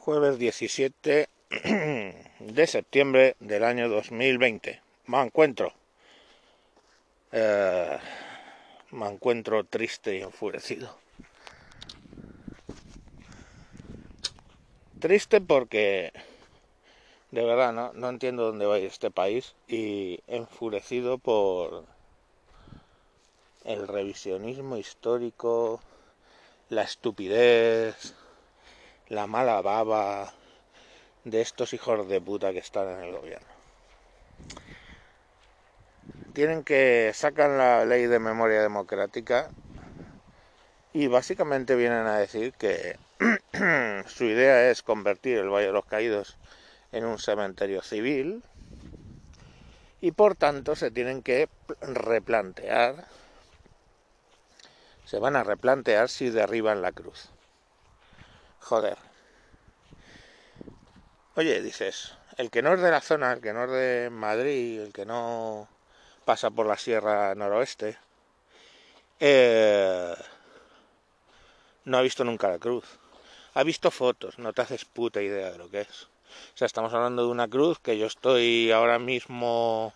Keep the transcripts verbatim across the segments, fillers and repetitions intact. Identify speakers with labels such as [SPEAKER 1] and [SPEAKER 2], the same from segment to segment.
[SPEAKER 1] Jueves diecisiete de septiembre del año dos mil veinte. Me encuentro. Eh, me encuentro triste y enfurecido. Triste porque de verdad no, no entiendo dónde va a ir este país, y enfurecido por el revisionismo histórico, la estupidez, la mala baba de estos hijos de puta que están en el gobierno. Tienen que sacan la ley de memoria democrática y básicamente vienen a decir que su idea es convertir el Valle de los Caídos en un cementerio civil, y por tanto se tienen que replantear, se van a replantear si derriban la cruz. Joder. Oye, dices, el que no es de la zona, el que no es de Madrid, el que no pasa por la Sierra Noroeste, eh, no ha visto nunca la cruz. Ha visto fotos, no te haces puta idea de lo que es. O sea, estamos hablando de una cruz que yo estoy ahora mismo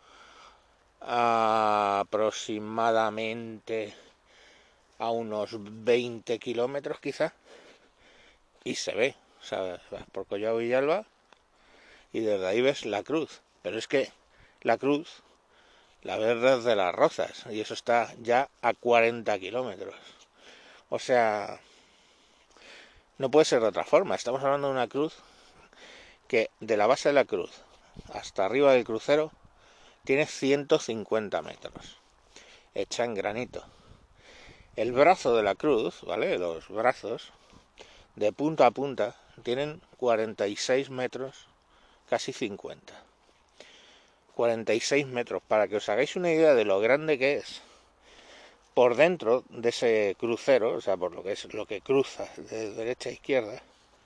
[SPEAKER 1] aproximadamente a unos veinte kilómetros quizá, y se ve, o sea, vas por Collado Villalba y desde ahí ves la cruz. Pero es que la cruz la ves desde Las Rozas, y eso está ya a cuarenta kilómetros. O sea, no puede ser de otra forma. Estamos hablando de una cruz que de la base de la cruz hasta arriba del crucero tiene ciento cincuenta metros, hecha en granito. El brazo de la cruz, ¿vale? Los brazos, de punta a punta, tienen cuarenta y seis metros, casi cincuenta. cuarenta y seis metros, para que os hagáis una idea de lo grande que es. Por dentro de ese crucero, o sea, por lo que es lo que cruza de derecha a izquierda,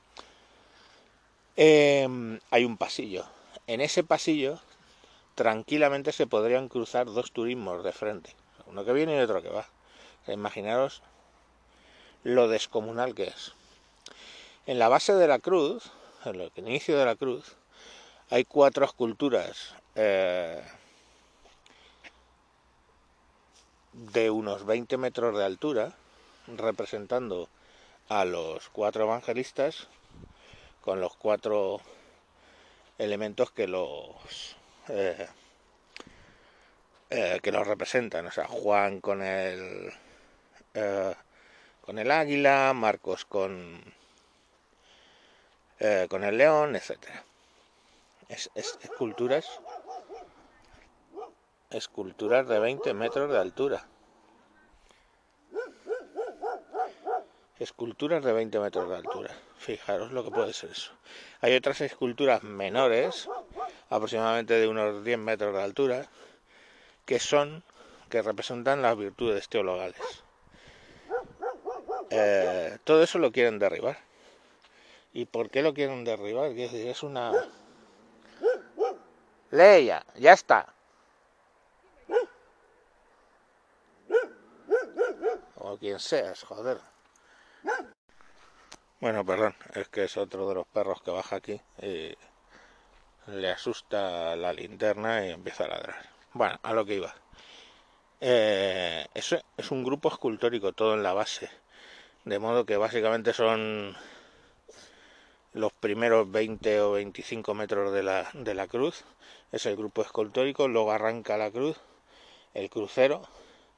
[SPEAKER 1] eh, hay un pasillo. En ese pasillo tranquilamente se podrían cruzar dos turismos de frente, uno que viene y otro que va. Imaginaros lo descomunal que es. En la base de la cruz, en el inicio de la cruz, hay cuatro esculturas eh, de unos veinte metros de altura, representando a los cuatro evangelistas con los cuatro elementos que los eh, eh, que los representan. O sea, Juan con el eh, con el águila, Marcos con eh, con el león, etcétera. Es, es, esculturas esculturas de veinte metros de altura. Esculturas de veinte metros de altura. Fijaros lo que puede ser eso. Hay otras esculturas menores, aproximadamente de unos diez metros de altura, que son, que representan las virtudes teologales. Eh, todo eso lo quieren derribar. ¿Y por qué lo quieren derribar? Es decir, es una... Leia, ya está. O quien seas, joder. Bueno, perdón, es que es otro de los perros que baja aquí y le asusta la linterna y empieza a ladrar. Bueno, a lo que iba. Eh, eso es un grupo escultórico todo en la base, de modo que básicamente son los primeros veinte o veinticinco metros de la, de la cruz, es el grupo escultórico, luego arranca la cruz, el crucero,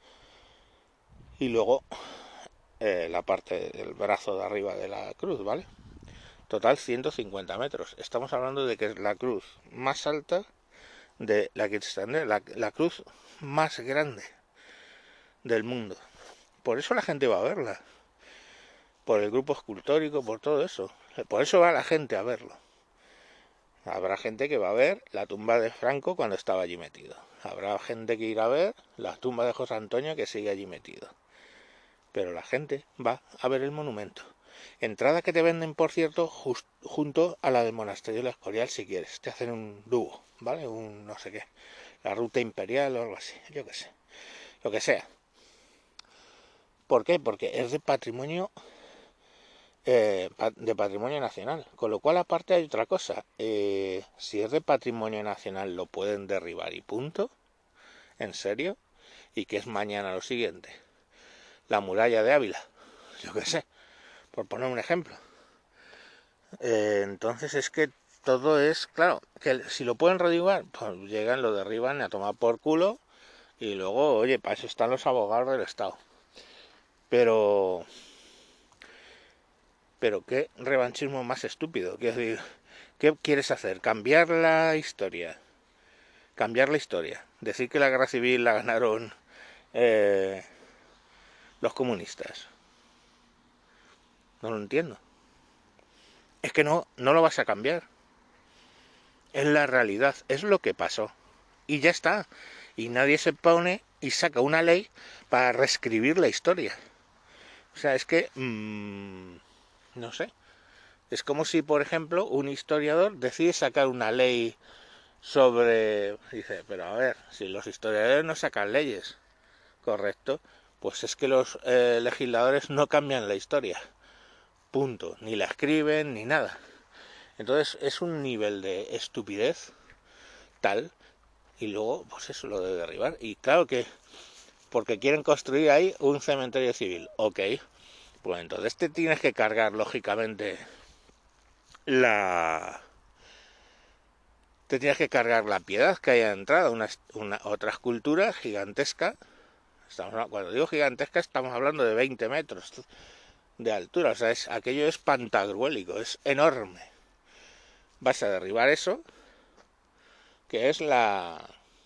[SPEAKER 1] y luego eh, la parte del brazo de arriba de la cruz, ¿vale? Total ciento cincuenta metros. Estamos hablando de que es la cruz más alta de la que extiende, la, la cruz más grande del mundo. Por eso la gente va a verla, por el grupo escultórico, por todo eso. Por eso va la gente a verlo. Habrá gente que va a ver la tumba de Franco cuando estaba allí metido. Habrá gente que irá a ver la tumba de José Antonio que sigue allí metido. Pero la gente va a ver el monumento. Entrada que te venden, por cierto, just, junto a la del monasterio de la Escorial, si quieres. Te hacen un dúo, ¿vale? Un no sé qué. La ruta imperial o algo así. Yo qué sé. Lo que sea. ¿Por qué? Porque es de patrimonio eh, de patrimonio nacional. Con lo cual, aparte, hay otra cosa. Eh, si es de patrimonio nacional, lo pueden derribar y punto. ¿En serio? ¿Y qué es mañana lo siguiente? La muralla de Ávila. Yo qué sé, por poner un ejemplo. Eh, entonces es que todo es, claro, que si lo pueden derribar, pues llegan, lo derriban a tomar por culo y luego, oye, para eso están los abogados del Estado. Pero, pero qué revanchismo más estúpido. Quiero decir, ¿qué quieres hacer? ¿Cambiar la historia? Cambiar la historia. Decir que la guerra civil la ganaron eh, los comunistas. No lo entiendo. Es que no, no lo vas a cambiar. Es la realidad, es lo que pasó. Y ya está. Y nadie se pone y saca una ley para reescribir la historia. O sea, es que... Mmm, no sé. Es como si, por ejemplo, un historiador decide sacar una ley sobre... Dice, pero a ver, si los historiadores no sacan leyes, ¿correcto? Pues es que los eh, legisladores no cambian la historia. Punto. Ni la escriben, ni nada. Entonces es un nivel de estupidez tal, y luego, pues eso, lo de derribar. Y claro que, porque quieren construir ahí un cementerio civil. Ok, pues entonces te tienes que cargar, lógicamente, la... Te tienes que cargar la piedad que haya entrado, una, una otra escultura gigantesca. Estamos, cuando digo gigantesca, estamos hablando de veinte metros de altura. O sea, es, aquello es pantagruélico, es enorme. Vas a derribar eso, que es la...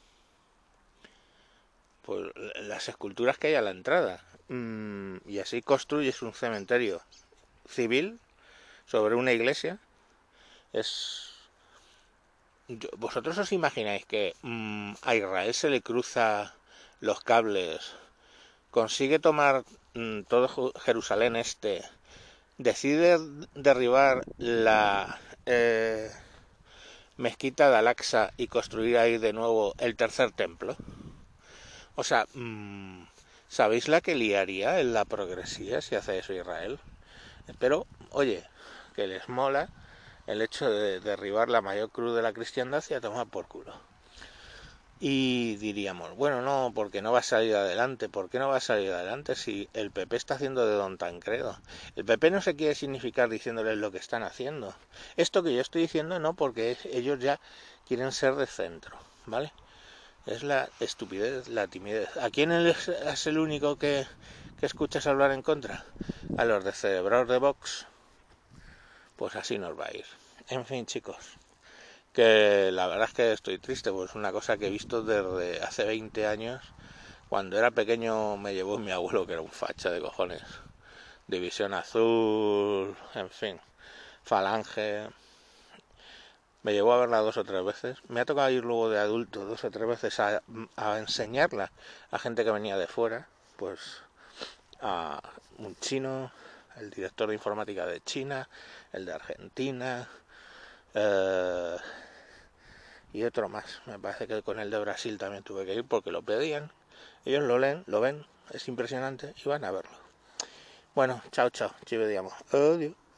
[SPEAKER 1] pues las esculturas que hay a la entrada. Mm, y así construyes un cementerio civil sobre una iglesia. Es... Yo, ¿vosotros os imagináis que mmm, a Israel se le cruza los cables, consigue tomar mmm, todo Jerusalén este, decide derribar la eh, mezquita de Al-Aqsa y construir ahí de nuevo el tercer templo? O sea, mmm, ¿sabéis la que liaría en la progresía si hace eso Israel? Pero, oye, que les mola el hecho de derribar la mayor cruz de la cristiandad y a tomar por culo. Y diríamos, bueno, no, porque no va a salir adelante. ¿Por qué no va a salir adelante si el P P está haciendo de Don Tancredo? El P P no se quiere significar diciéndoles lo que están haciendo. Esto que yo estoy diciendo no, porque ellos ya quieren ser de centro, ¿vale? Es la estupidez, la timidez. ¿A quién es, es el único que, que escuchas hablar en contra? A los de cerebros de Vox. Pues así nos va a ir. En fin, chicos, que la verdad es que estoy triste, pues una cosa que he visto desde hace veinte años. Cuando era pequeño me llevó mi abuelo, que era un facha de cojones. División Azul, en fin, Falange. Me llevó a verla dos o tres veces. Me ha tocado ir luego de adulto dos o tres veces a, a enseñarla a gente que venía de fuera. Pues a un chino, el director de informática de China, el de Argentina, eh, y otro más. Me parece que con el de Brasil también tuve que ir porque lo pedían. Ellos lo leen, lo ven, es impresionante y van a verlo. Bueno, chao, chao, ci vediamo. Adiós.